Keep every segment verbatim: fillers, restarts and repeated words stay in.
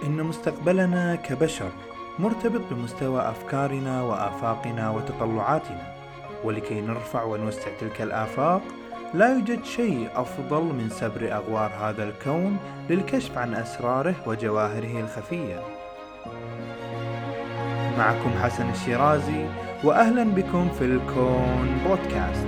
إن مستقبلنا كبشر مرتبط بمستوى أفكارنا وآفاقنا وتطلعاتنا، ولكي نرفع ونوسع تلك الآفاق لا يوجد شيء أفضل من سبر أغوار هذا الكون للكشف عن أسراره وجواهره الخفية. معكم حسن الشيرازي، وأهلا بكم في الكون بودكاست.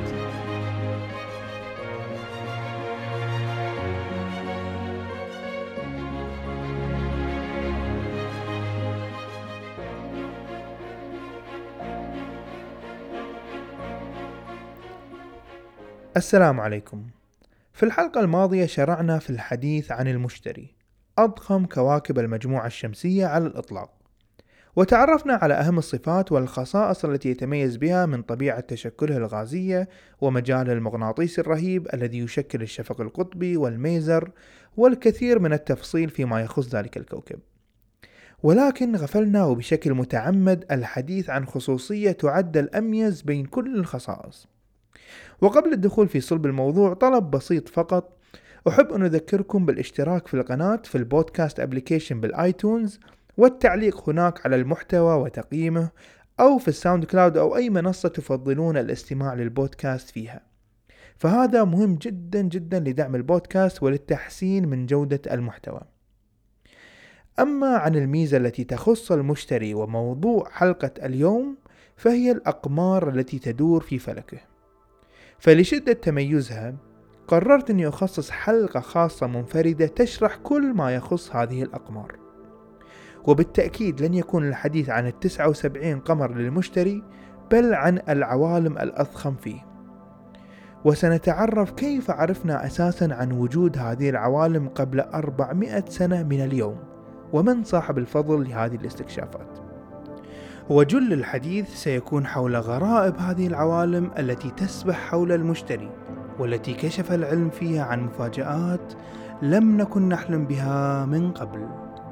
السلام عليكم. في الحلقة الماضية شرعنا في الحديث عن المشتري، أضخم كواكب المجموعة الشمسية على الإطلاق، وتعرفنا على أهم الصفات والخصائص التي يتميز بها من طبيعة تشكله الغازية ومجاله المغناطيسي الرهيب الذي يشكل الشفق القطبي والميزر والكثير من التفصيل فيما يخص ذلك الكوكب. ولكن غفلنا وبشكل متعمد الحديث عن خصوصية تعد الأميز بين كل الخصائص. وقبل الدخول في صلب الموضوع طلب بسيط فقط، أحب أن أذكركم بالاشتراك في القناة في البودكاست أبليكيشن بالآيتونز، والتعليق هناك على المحتوى وتقييمه، أو في الساوند كلاود أو أي منصة تفضلون الاستماع للبودكاست فيها، فهذا مهم جدا جدا لدعم البودكاست وللتحسين من جودة المحتوى. أما عن الميزة التي تخص المشتري وموضوع حلقة اليوم، فهي الأقمار التي تدور في فلكه. فلشدة تميزها قررت أني أخصص حلقة خاصة منفردة تشرح كل ما يخص هذه الأقمار، وبالتأكيد لن يكون الحديث عن التسعة وسبعين قمر للمشتري، بل عن العوالم الأضخم فيه. وسنتعرف كيف عرفنا أساسا عن وجود هذه العوالم قبل أربعمائة سنة من اليوم، ومن صاحب الفضل لهذه الاستكشافات. وجل الحديث سيكون حول غرائب هذه العوالم التي تسبح حول المشتري، والتي كشف العلم فيها عن مفاجآت لم نكن نحلم بها من قبل.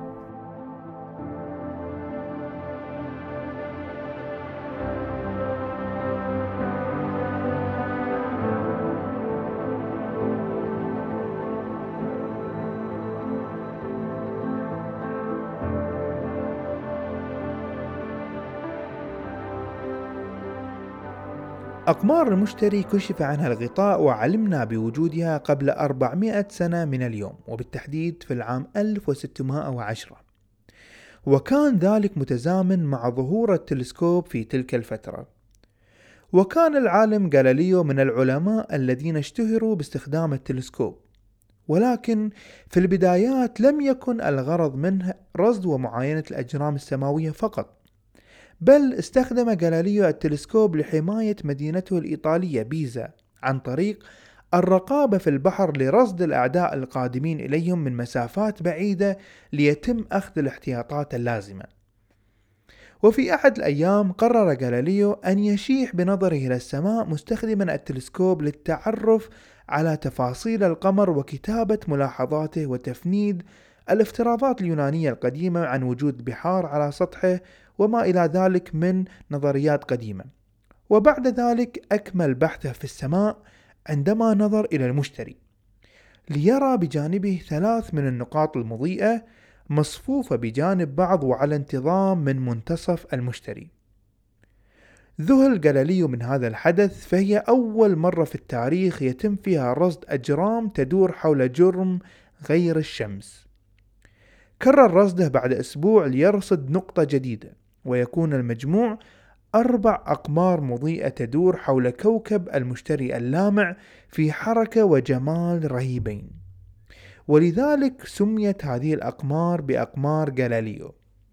أقمار المشتري كشف عنها الغطاء وعلمنا بوجودها قبل أربعمائة سنة من اليوم، وبالتحديد في العام ألف وستمائة وعشرة، وكان ذلك متزامن مع ظهور التلسكوب في تلك الفترة. وكان العالم غاليليو من العلماء الذين اشتهروا باستخدام التلسكوب، ولكن في البدايات لم يكن الغرض منه رصد ومعاينة الأجرام السماوية فقط، بل استخدم غاليليو التلسكوب لحماية مدينته الإيطالية بيزا عن طريق الرقابة في البحر لرصد الأعداء القادمين إليهم من مسافات بعيدة ليتم أخذ الاحتياطات اللازمة. وفي أحد الأيام قرر غاليليو أن يشيح بنظره إلى السماء مستخدما التلسكوب للتعرف على تفاصيل القمر وكتابة ملاحظاته وتفنيد الافتراضات اليونانية القديمة عن وجود بحار على سطحه وما إلى ذلك من نظريات قديمة. وبعد ذلك أكمل بحثه في السماء عندما نظر إلى المشتري ليرى بجانبه ثلاث من النقاط المضيئة مصفوفة بجانب بعض وعلى انتظام من منتصف المشتري. ذهل غاليليو من هذا الحدث، فهي أول مرة في التاريخ يتم فيها رصد أجرام تدور حول جرم غير الشمس. كرر رصده بعد أسبوع ليرصد نقطة جديدة، ويكون المجموع أربع أقمار مضيئة تدور حول كوكب المشتري اللامع في حركة وجمال رهيبين، ولذلك سميت هذه الأقمار بأقمار غاليليو.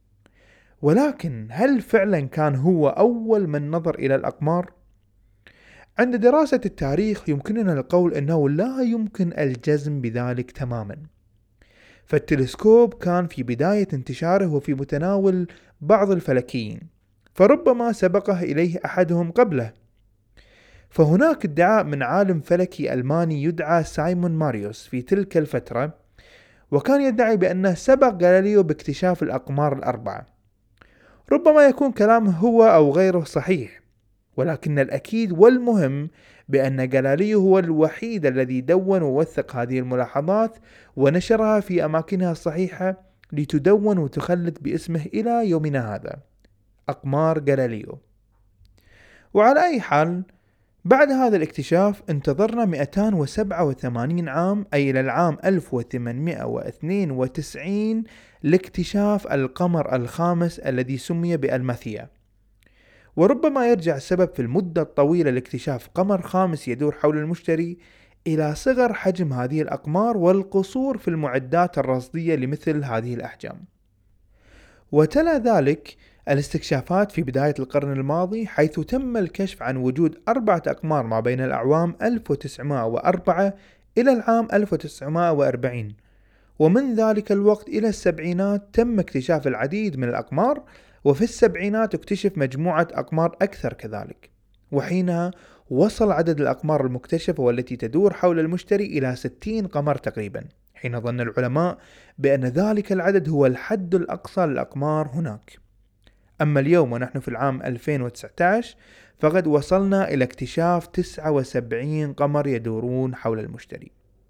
ولكن هل فعلا كان هو أول من نظر إلى الأقمار؟ عند دراسة التاريخ يمكننا القول أنه لا يمكن الجزم بذلك تماما، فالتلسكوب كان في بداية انتشاره وفي متناول بعض الفلكيين، فربما سبقه إليه أحدهم قبله. فهناك ادعاء من عالم فلكي ألماني يدعى سايمون ماريوس في تلك الفترة، وكان يدعي بأنه سبق غاليليو باكتشاف الأقمار الأربعة. ربما يكون كلامه هو أو غيره صحيح، ولكن الأكيد والمهم بأن غاليليو هو الوحيد الذي دون ووثق هذه الملاحظات ونشرها في أماكنها الصحيحة لتدون وتخلد باسمه إلى يومنا هذا، أقمار غاليليو. وعلى أي حال، بعد هذا الاكتشاف انتظرنا مئتين وسبعة وثمانين عام، أي إلى العام ألف وثمانمئة واثنين وتسعين، لاكتشاف القمر الخامس الذي سمي بألماثيا. وربما يرجع السبب في المدة الطويلة لاكتشاف قمر خامس يدور حول المشتري إلى صغر حجم هذه الأقمار والقصور في المعدات الرصدية لمثل هذه الأحجام. وتلا ذلك الاستكشافات في بداية القرن الماضي، حيث تم الكشف عن وجود أربعة أقمار ما بين الأعوام ألف وتسعمئة وأربعة إلى العام ألف وتسعمئة وأربعين، ومن ذلك الوقت إلى السبعينات تم اكتشاف العديد من الأقمار، وفي السبعينات اكتشف مجموعة أقمار أكثر كذلك، وحينها وصل عدد الأقمار المكتشفة والتي تدور حول المشتري إلى ستين قمر تقريبا، حين ظن العلماء بأن ذلك العدد هو الحد الأقصى للأقمار هناك. أما اليوم ونحن في العام ألفين وتسعة عشر فقد وصلنا إلى اكتشاف تسعة وسبعين قمر يدورون حول المشتري.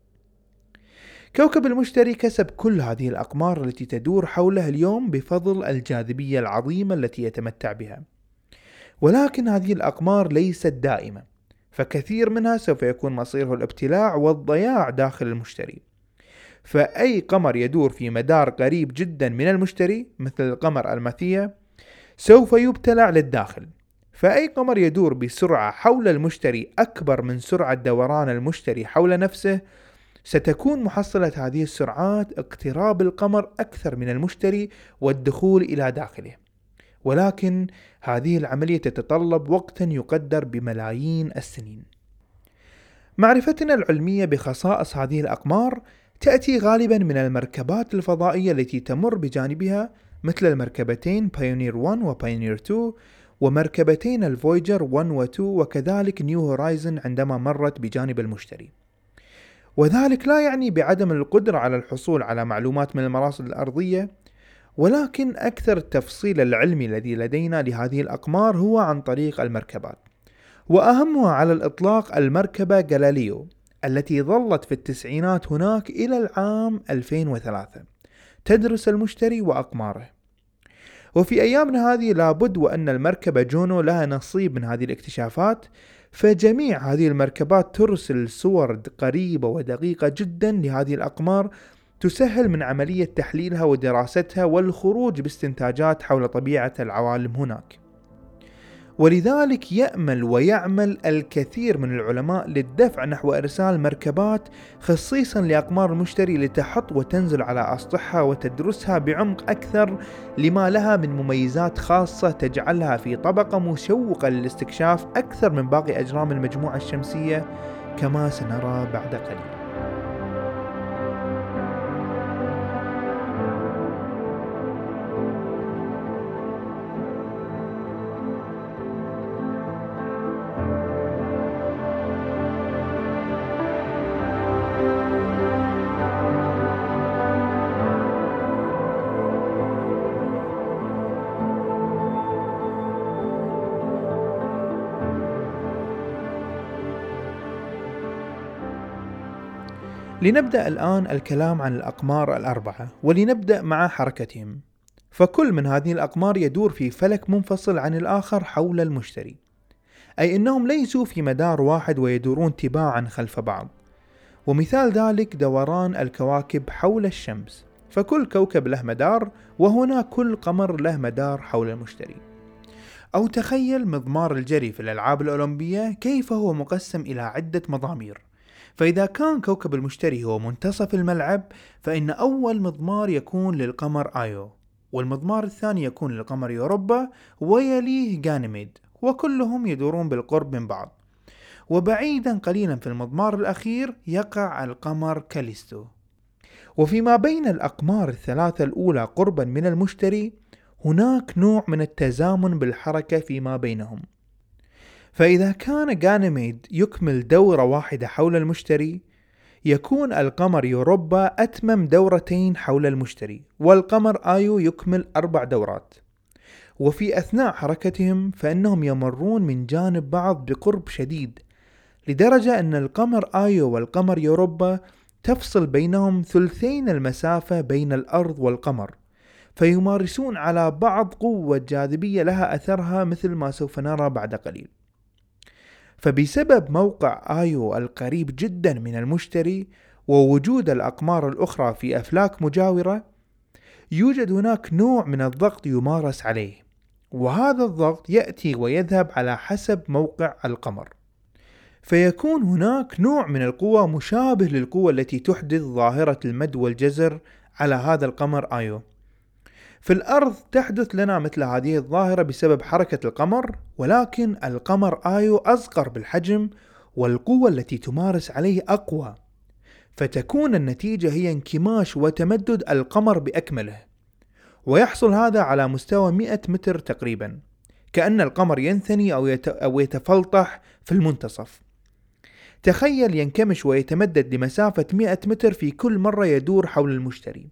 كوكب المشتري كسب كل هذه الأقمار التي تدور حوله اليوم بفضل الجاذبية العظيمة التي يتمتع بها، ولكن هذه الأقمار ليست دائمة، فكثير منها سوف يكون مصيره الابتلاع والضياع داخل المشتري. فأي قمر يدور في مدار قريب جدا من المشتري مثل القمر ألماثيا سوف يبتلع للداخل. فأي قمر يدور بسرعة حول المشتري أكبر من سرعة دوران المشتري حول نفسه، ستكون محصلة هذه السرعات اقتراب القمر أكثر من المشتري والدخول إلى داخله، ولكن هذه العملية تتطلب وقتا يقدر بملايين السنين. معرفتنا العلمية بخصائص هذه الأقمار تأتي غالبا من المركبات الفضائية التي تمر بجانبها، مثل المركبتين بايونير واحد وبايونير اثنين، ومركبتين الفويجر واحد و اثنين، وكذلك نيو هورايزن عندما مرت بجانب المشتري. وذلك لا يعني بعدم القدرة على الحصول على معلومات من المراصد الأرضية، ولكن أكثر التفصيل العلمي الذي لدينا لهذه الأقمار هو عن طريق المركبات، وأهمها على الإطلاق المركبة غاليليو التي ظلت في التسعينات هناك إلى العام ألفين وثلاثة تدرس المشتري وأقماره. وفي أيامنا هذه لابد وأن المركبة جونو لها نصيب من هذه الاكتشافات، فجميع هذه المركبات ترسل صور قريبة ودقيقة جدا لهذه الأقمار تسهل من عملية تحليلها ودراستها والخروج باستنتاجات حول طبيعة العوالم هناك. ولذلك يأمل ويعمل الكثير من العلماء للدفع نحو إرسال مركبات خصيصا لأقمار المشتري لتحط وتنزل على أسطحها وتدرسها بعمق أكثر، لما لها من مميزات خاصة تجعلها في طبقة مشوقة للاستكشاف أكثر من باقي أجرام المجموعة الشمسية، كما سنرى بعد قليل. لنبدأ الآن الكلام عن الأقمار الأربعة، ولنبدأ مع حركتهم. فكل من هذه الأقمار يدور في فلك منفصل عن الآخر حول المشتري، أي أنهم ليسوا في مدار واحد ويدورون تباعا خلف بعض. ومثال ذلك دوران الكواكب حول الشمس، فكل كوكب له مدار، وهنا كل قمر له مدار حول المشتري. أو تخيل مضمار الجري في الألعاب الأولمبية كيف هو مقسم إلى عدة مضامير. فإذا كان كوكب المشتري هو منتصف الملعب، فإن أول مضمار يكون للقمر آيو، والمضمار الثاني يكون للقمر يوروبا، ويليه غانيميد، وكلهم يدورون بالقرب من بعض. وبعيدا قليلا في المضمار الأخير يقع القمر كاليستو. وفيما بين الأقمار الثلاثة الأولى قربا من المشتري هناك نوع من التزامن بالحركة فيما بينهم. فإذا كان غانيميد يكمل دورة واحدة حول المشتري، يكون القمر يوروبا أتمم دورتين حول المشتري، والقمر آيو يكمل أربع دورات. وفي أثناء حركتهم فإنهم يمرون من جانب بعض بقرب شديد، لدرجة أن القمر آيو والقمر يوروبا تفصل بينهم ثلثين المسافة بين الأرض والقمر. فيمارسون على بعض قوة جاذبية لها أثرها مثل ما سوف نرى بعد قليل. فبسبب موقع آيو القريب جدا من المشتري ووجود الأقمار الأخرى في أفلاك مجاورة، يوجد هناك نوع من الضغط يمارس عليه، وهذا الضغط يأتي ويذهب على حسب موقع القمر، فيكون هناك نوع من القوة مشابه للقوة التي تحدث ظاهرة المد والجزر على هذا القمر آيو. في الأرض تحدث لنا مثل هذه الظاهرة بسبب حركة القمر، ولكن القمر آيو أصغر بالحجم والقوة التي تمارس عليه أقوى، فتكون النتيجة هي انكماش وتمدد القمر بأكمله، ويحصل هذا على مستوى مئة متر تقريبا، كأن القمر ينثني أو يتفلطح في المنتصف. تخيل ينكمش ويتمدد لمسافة مئة متر في كل مرة يدور حول المشتري.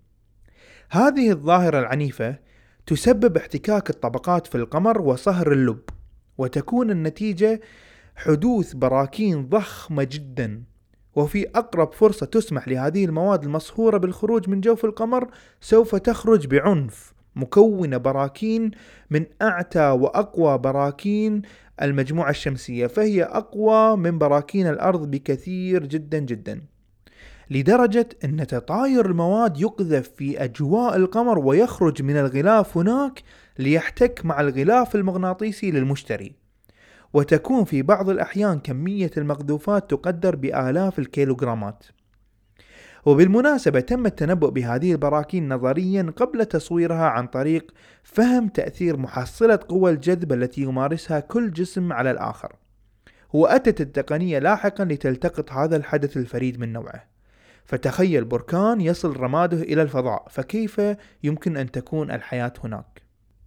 هذه الظاهرة العنيفة تسبب احتكاك الطبقات في القمر وصهر اللب، وتكون النتيجة حدوث براكين ضخمة جدا، وفي أقرب فرصة تسمح لهذه المواد المصهورة بالخروج من جوف القمر سوف تخرج بعنف، مكونة براكين من أعتى وأقوى براكين المجموعة الشمسية، فهي أقوى من براكين الأرض بكثير جدا جدا، لدرجة أن تطاير المواد يقذف في أجواء القمر ويخرج من الغلاف هناك ليحتك مع الغلاف المغناطيسي للمشتري، وتكون في بعض الأحيان كمية المقذوفات تقدر بآلاف الكيلوغرامات. وبالمناسبة تم التنبؤ بهذه البراكين نظريا قبل تصويرها عن طريق فهم تأثير محصلة قوى الجذب التي يمارسها كل جسم على الآخر، وأتت التقنية لاحقا لتلتقط هذا الحدث الفريد من نوعه. فتخيل بركان يصل رماده إلى الفضاء، فكيف يمكن أن تكون الحياة هناك؟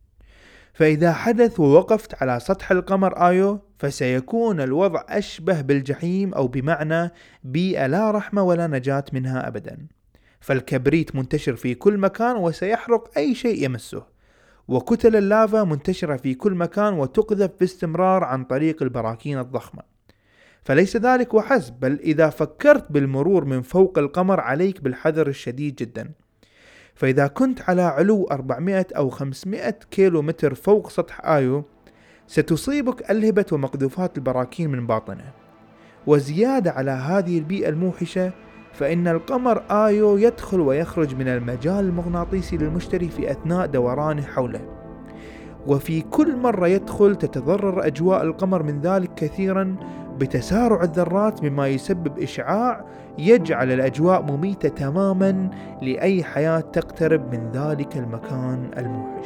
فإذا حدث ووقفت على سطح القمر آيو فسيكون الوضع أشبه بالجحيم، أو بمعنى بيئة لا رحمة ولا نجاة منها أبدا. فالكبريت منتشر في كل مكان وسيحرق أي شيء يمسه، وكتل اللافا منتشرة في كل مكان وتقذف باستمرار عن طريق البراكين الضخمة. فليس ذلك وحسب، بل إذا فكرت بالمرور من فوق القمر عليك بالحذر الشديد جدا. فإذا كنت على علو أربعمائة أو خمسمائة كيلو متر فوق سطح آيو ستصيبك ألهبة ومقذوفات البراكين من باطنه. وزيادة على هذه البيئة الموحشة، فإن القمر آيو يدخل ويخرج من المجال المغناطيسي للمشتري في أثناء دورانه حوله، وفي كل مرة يدخل تتضرر أجواء القمر من ذلك كثيرا بتسارع الذرات، مما يسبب إشعاع يجعل الأجواء مميتة تماما لأي حياة تقترب من ذلك المكان الموحش.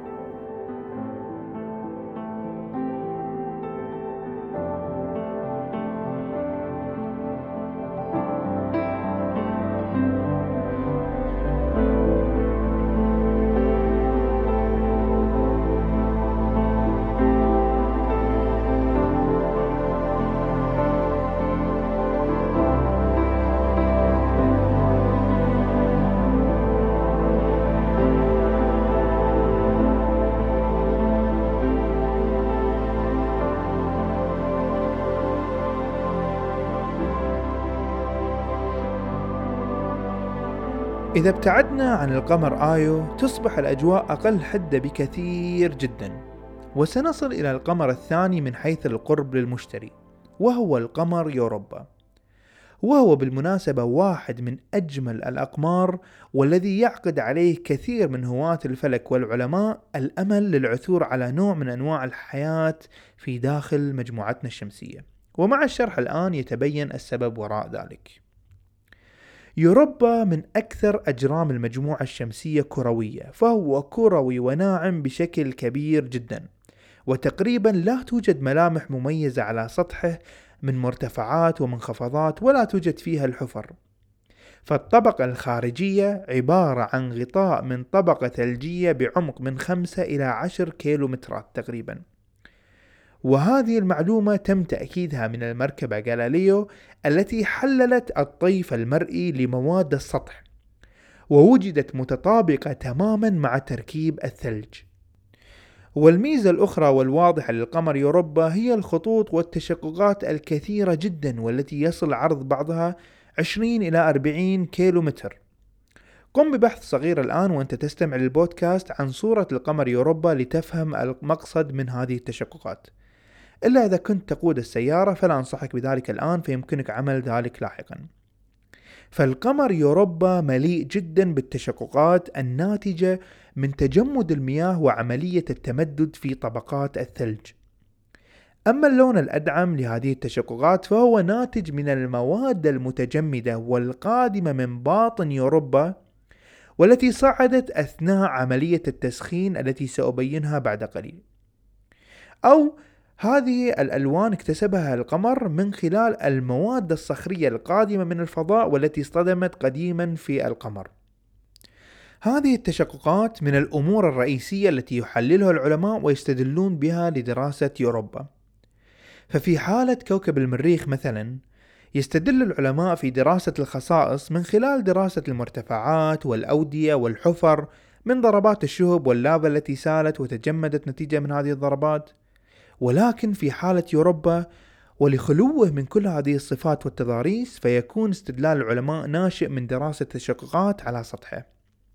إذا ابتعدنا عن القمر آيو تصبح الأجواء أقل حدة بكثير جدا، وسنصل إلى القمر الثاني من حيث القرب للمشتري، وهو القمر يوروبا، وهو بالمناسبة واحد من أجمل الأقمار، والذي يعقد عليه كثير من هواة الفلك والعلماء الأمل للعثور على نوع من أنواع الحياة في داخل مجموعتنا الشمسية. ومع الشرح الآن يتبين السبب وراء ذلك. يوروبا من أكثر أجرام المجموعة الشمسية كروية، فهو كروي وناعم بشكل كبير جدا، وتقريبا لا توجد ملامح مميزة على سطحه من مرتفعات ومنخفضات، ولا توجد فيها الحفر. فالطبقة الخارجية عبارة عن غطاء من طبقة ثلجية بعمق من خمسة إلى عشر كيلومترات تقريبا. وهذه المعلومة تم تأكيدها من المركبة غاليليو التي حللت الطيف المرئي لمواد السطح، ووجدت متطابقة تماما مع تركيب الثلج. والميزة الأخرى والواضحة للقمر يوروبا هي الخطوط والتشققات الكثيرة جدا، والتي يصل عرض بعضها عشرين إلى أربعين كيلومتر. قم ببحث صغير الآن وأنت تستمع للبودكاست عن صورة القمر يوروبا لتفهم المقصد من هذه التشققات. إلا إذا كنت تقود السيارة فلا أنصحك بذلك الآن، فيمكنك عمل ذلك لاحقا. فالقمر يوروبا مليء جدا بالتشققات الناتجة من تجمد المياه وعملية التمدد في طبقات الثلج. أما اللون الأدعم لهذه التشققات فهو ناتج من المواد المتجمدة والقادمة من باطن يوروبا، والتي صعدت أثناء عملية التسخين التي سأبينها بعد قليل. أو هذه الألوان اكتسبها القمر من خلال المواد الصخرية القادمة من الفضاء والتي اصطدمت قديما في القمر. هذه التشققات من الأمور الرئيسية التي يحللها العلماء ويستدلون بها لدراسة يوروبا. ففي حالة كوكب المريخ مثلا، يستدل العلماء في دراسة الخصائص من خلال دراسة المرتفعات والأودية والحفر من ضربات الشهب واللافا التي سالت وتجمدت نتيجة من هذه الضربات. ولكن في حالة يوروبا ولخلوه من كل هذه الصفات والتضاريس، فيكون استدلال العلماء ناشئ من دراسة التشققات على سطحه.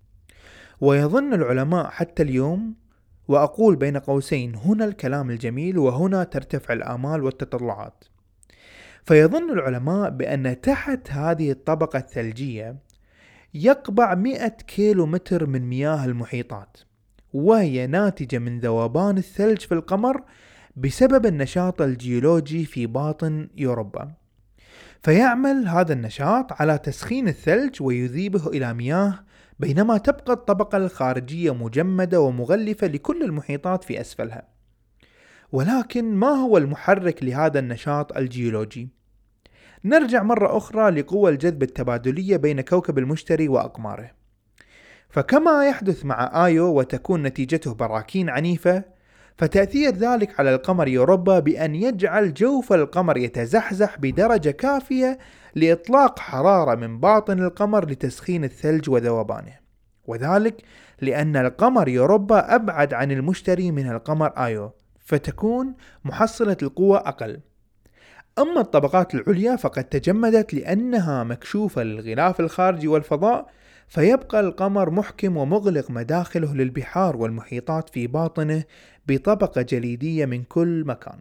ويظن العلماء حتى اليوم، وأقول بين قوسين هنا الكلام الجميل وهنا ترتفع الآمال والتطلعات، فيظن العلماء بأن تحت هذه الطبقة الثلجية يقبع مئة كيلو متر من مياه المحيطات، وهي ناتجة من ذوبان الثلج في القمر بسبب النشاط الجيولوجي في باطن يوروبا. فيعمل هذا النشاط على تسخين الثلج ويذيبه إلى مياه، بينما تبقى الطبقة الخارجية مجمدة ومغلفة لكل المحيطات في أسفلها. ولكن ما هو المحرك لهذا النشاط الجيولوجي؟ نرجع مرة أخرى لقوى الجذب التبادلية بين كوكب المشتري وأقماره. فكما يحدث مع آيو وتكون نتيجته براكين عنيفة، فتأثير ذلك على القمر يوروبا بأن يجعل جوف القمر يتزحزح بدرجة كافية لإطلاق حرارة من باطن القمر لتسخين الثلج وذوبانه، وذلك لأن القمر يوروبا أبعد عن المشتري من القمر آيو، فتكون محصلة القوة أقل. أما الطبقات العليا فقد تجمدت لأنها مكشوفة للغلاف الخارجي والفضاء، فيبقى القمر محكم ومغلق مداخله للبحار والمحيطات في باطنه بطبقة جليدية من كل مكان.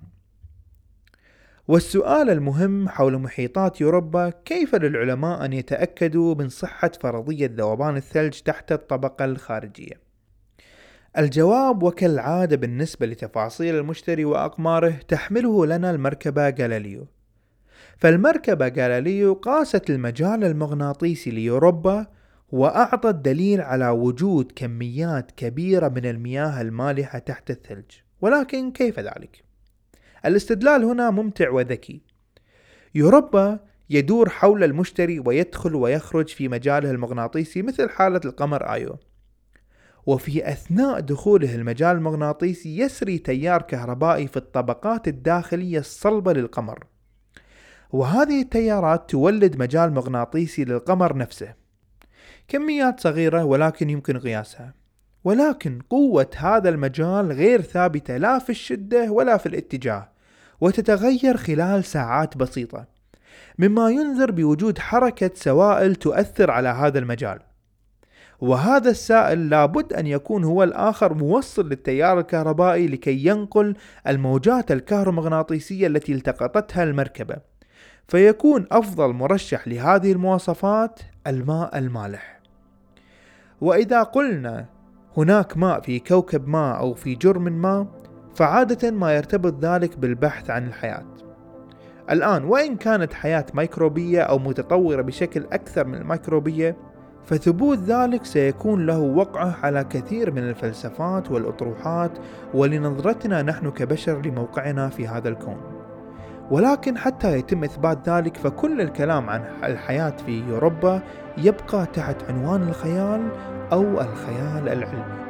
والسؤال المهم حول محيطات يوروبا: كيف للعلماء أن يتأكدوا من صحة فرضية ذوبان الثلج تحت الطبقة الخارجية؟ الجواب وكالعادة بالنسبة لتفاصيل المشتري وأقماره تحمله لنا المركبة غاليليو. فالمركبة غاليليو قاست المجال المغناطيسي ليوروبا وأعطت دليل على وجود كميات كبيرة من المياه المالحة تحت الثلج. ولكن كيف ذلك؟ الاستدلال هنا ممتع وذكي. يوروبا يدور حول المشتري ويدخل ويخرج في مجاله المغناطيسي مثل حالة القمر آيو، وفي أثناء دخوله المجال المغناطيسي يسري تيار كهربائي في الطبقات الداخلية الصلبة للقمر، وهذه التيارات تولد مجال مغناطيسي للقمر نفسه. كميات صغيرة ولكن يمكن قياسها. ولكن قوة هذا المجال غير ثابتة لا في الشدة ولا في الاتجاه، وتتغير خلال ساعات بسيطة، مما ينذر بوجود حركة سوائل تؤثر على هذا المجال. وهذا السائل لابد أن يكون هو الآخر موصل للتيار الكهربائي لكي ينقل الموجات الكهرومغناطيسية التي التقطتها المركبة. فيكون أفضل مرشح لهذه المواصفات الماء المالح. وإذا قلنا هناك ماء في كوكب ما أو في جرم ما، فعادة ما يرتبط ذلك بالبحث عن الحياة. الآن وإن كانت حياة ميكروبية أو متطورة بشكل أكثر من الميكروبية، فثبوت ذلك سيكون له وقعه على كثير من الفلسفات والأطروحات ولنظرتنا نحن كبشر لموقعنا في هذا الكون. ولكن حتى يتم إثبات ذلك فكل الكلام عن الحياة في يوروبا يبقى تحت عنوان الخيال أو الخيال العلمي.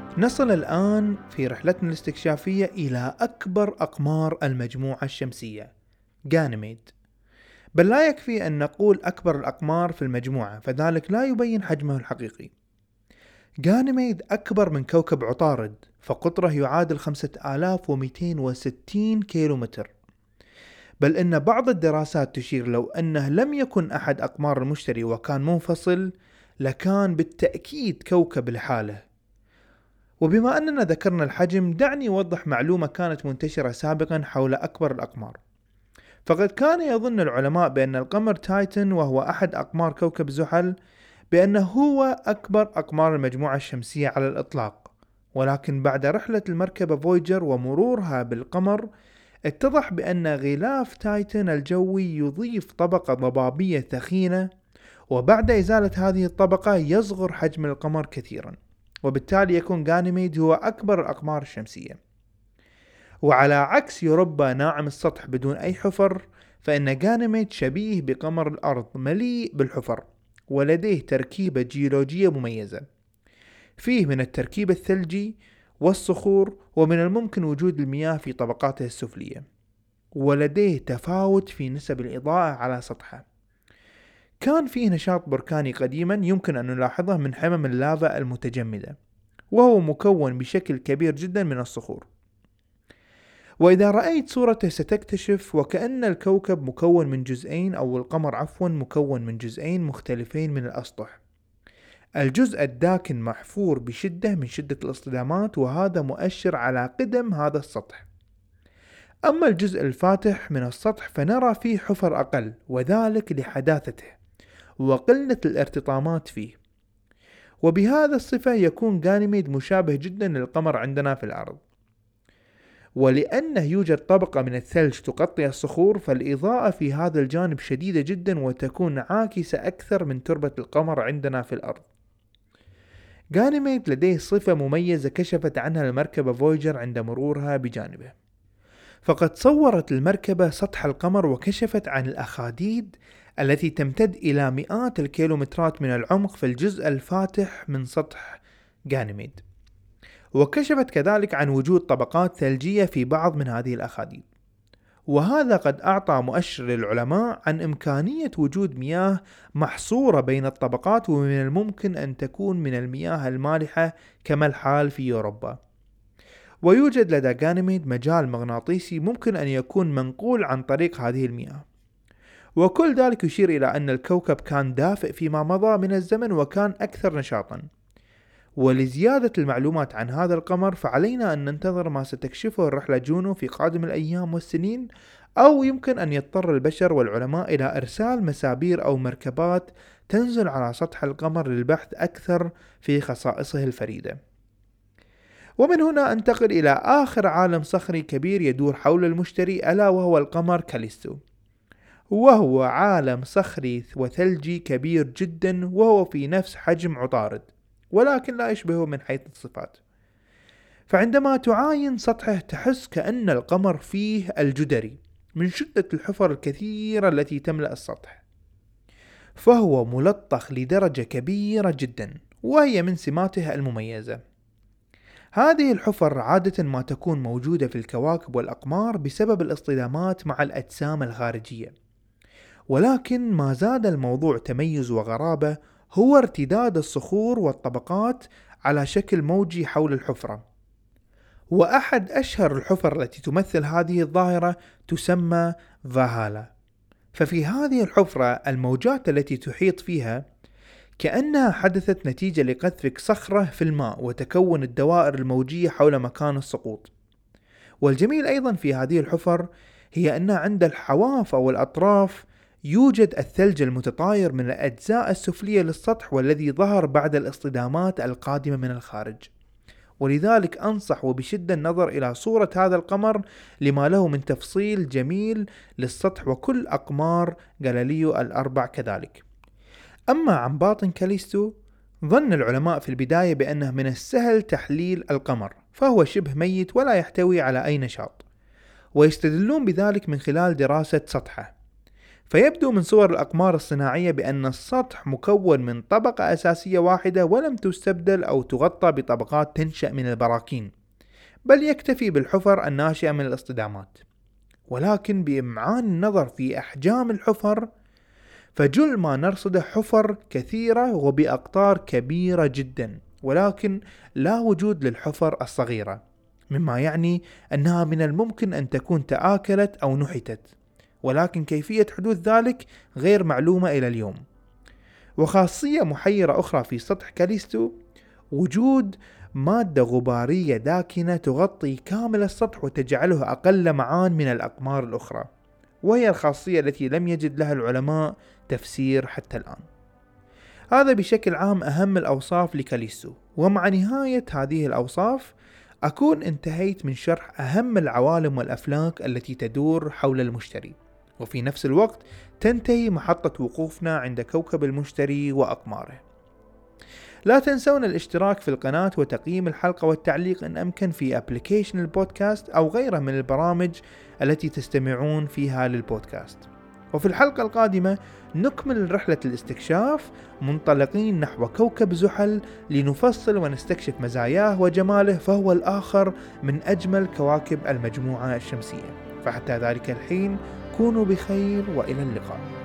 نصل الآن في رحلتنا الاستكشافية إلى أكبر أقمار المجموعة الشمسية غانيميد. بل لا يكفي أن نقول أكبر الأقمار في المجموعة، فذلك لا يبين حجمه الحقيقي. غانيميد أكبر من كوكب عطارد، فقطره يعادل خمسة آلاف ومئتين وستين كيلومتر. بل إن بعض الدراسات تشير لو أنه لم يكن أحد أقمار المشتري وكان منفصل لكان بالتأكيد كوكب لحاله. وبما أننا ذكرنا الحجم، دعني أوضح معلومة كانت منتشرة سابقا حول أكبر الأقمار. فقد كان يظن العلماء بأن القمر تايتن، وهو أحد أقمار كوكب زحل، بأنه هو أكبر أقمار المجموعة الشمسية على الإطلاق. ولكن بعد رحلة المركبة فويجر ومرورها بالقمر، اتضح بأن غلاف تايتن الجوي يضيف طبقة ضبابية ثخينة، وبعد إزالة هذه الطبقة يصغر حجم القمر كثيرا، وبالتالي يكون غانيميد هو أكبر الأقمار الشمسية. وعلى عكس يوروبا ناعم السطح بدون أي حفر، فإن غانيميد شبيه بقمر الأرض مليء بالحفر، ولديه تركيبة جيولوجية مميزة، فيه من التركيب الثلجي والصخور، ومن الممكن وجود المياه في طبقاته السفلية، ولديه تفاوت في نسب الإضاءة على سطحه. كان فيه نشاط بركاني قديما يمكن أن نلاحظه من حمم اللافا المتجمدة، وهو مكون بشكل كبير جدا من الصخور. وإذا رأيت صورته ستكتشف وكأن الكوكب مكون من جزئين، أو القمر عفوا مكون من جزئين مختلفين من الأسطح. الجزء الداكن محفور بشدة من شدة الاصطدامات، وهذا مؤشر على قدم هذا السطح. أما الجزء الفاتح من السطح فنرى فيه حفر أقل، وذلك لحداثته وقلة الارتطامات فيه. وبهذا الصفة يكون غانيميد مشابه جدا للقمر عندنا في الأرض. ولأنه يوجد طبقة من الثلج تغطي الصخور، فالإضاءة في هذا الجانب شديدة جدا وتكون عاكسة أكثر من تربة القمر عندنا في الأرض. غانيميد لديه صفة مميزة كشفت عنها المركبة فويجر عند مرورها بجانبه. فقد صورت المركبة سطح القمر وكشفت عن الأخاديد التي تمتد إلى مئات الكيلومترات من العمق في الجزء الفاتح من سطح غانيميد، وكشفت كذلك عن وجود طبقات ثلجية في بعض من هذه الأخاديد. وهذا قد أعطى مؤشر للعلماء عن إمكانية وجود مياه محصورة بين الطبقات، ومن الممكن أن تكون من المياه المالحة كما الحال في يوروبا. ويوجد لدى غانيميد مجال مغناطيسي ممكن أن يكون منقول عن طريق هذه المياه. وكل ذلك يشير إلى أن الكوكب كان دافئ فيما مضى من الزمن وكان أكثر نشاطا. ولزيادة المعلومات عن هذا القمر فعلينا أن ننتظر ما ستكشفه الرحلة جونو في قادم الأيام والسنين، أو يمكن أن يضطر البشر والعلماء إلى إرسال مسابير أو مركبات تنزل على سطح القمر للبحث أكثر في خصائصه الفريدة. ومن هنا انتقل إلى آخر عالم صخري كبير يدور حول المشتري، ألا وهو القمر كاليستو. وهو عالم صخري وثلجي كبير جدا، وهو في نفس حجم عطارد، ولكن لا يشبهه من حيث الصفات. فعندما تعاين سطحه تحس كأن القمر فيه الجدري من شدة الحفر الكثيرة التي تملأ السطح. فهو ملطخ لدرجة كبيرة جدا، وهي من سماته المميزة. هذه الحفر عادة ما تكون موجودة في الكواكب والأقمار بسبب الاصطدامات مع الأجسام الخارجية. ولكن ما زاد الموضوع تميز وغرابة هو ارتداد الصخور والطبقات على شكل موجي حول الحفرة. وأحد أشهر الحفر التي تمثل هذه الظاهرة تسمى فاهالا. ففي هذه الحفرة الموجات التي تحيط فيها كأنها حدثت نتيجة لقذف صخرة في الماء وتكون الدوائر الموجية حول مكان السقوط. والجميل أيضا في هذه الحفر هي أن عند الحواف أو الأطراف يوجد الثلج المتطاير من الأجزاء السفلية للسطح، والذي ظهر بعد الاصطدامات القادمة من الخارج. ولذلك أنصح وبشدة النظر إلى صورة هذا القمر لما له من تفصيل جميل للسطح، وكل أقمار غاليليو الأربع كذلك. أما عن باطن كاليستو، ظن العلماء في البداية بأنه من السهل تحليل القمر، فهو شبه ميت ولا يحتوي على أي نشاط، ويستدلون بذلك من خلال دراسة سطحه. فيبدو من صور الأقمار الصناعية بأن السطح مكون من طبقة أساسية واحدة ولم تستبدل أو تغطى بطبقات تنشأ من البراكين، بل يكتفي بالحفر الناشئة من الاصطدامات. ولكن بإمعان النظر في أحجام الحفر، فجل ما نرصده حفر كثيرة وبأقطار كبيرة جدا، ولكن لا وجود للحفر الصغيرة، مما يعني أنها من الممكن أن تكون تآكلت أو نحتت، ولكن كيفية حدوث ذلك غير معلومة إلى اليوم. وخاصية محيرة أخرى في سطح كاليستو وجود مادة غبارية داكنة تغطي كامل السطح وتجعله أقل لمعان من الأقمار الأخرى، وهي الخاصية التي لم يجد لها العلماء تفسير حتى الآن. هذا بشكل عام أهم الأوصاف لكاليستو، ومع نهاية هذه الأوصاف أكون انتهيت من شرح أهم العوالم والأفلاك التي تدور حول المشتري، وفي نفس الوقت تنتهي محطة وقوفنا عند كوكب المشتري وأقماره. لا تنسون الاشتراك في القناة وتقييم الحلقة والتعليق إن أمكن في أبليكيشن البودكاست أو غيره من البرامج التي تستمعون فيها للبودكاست. وفي الحلقة القادمة نكمل رحلة الاستكشاف منطلقين نحو كوكب زحل لنفصل ونستكشف مزاياه وجماله، فهو الآخر من أجمل كواكب المجموعة الشمسية. فحتى ذلك الحين كونوا بخير وإلى اللقاء.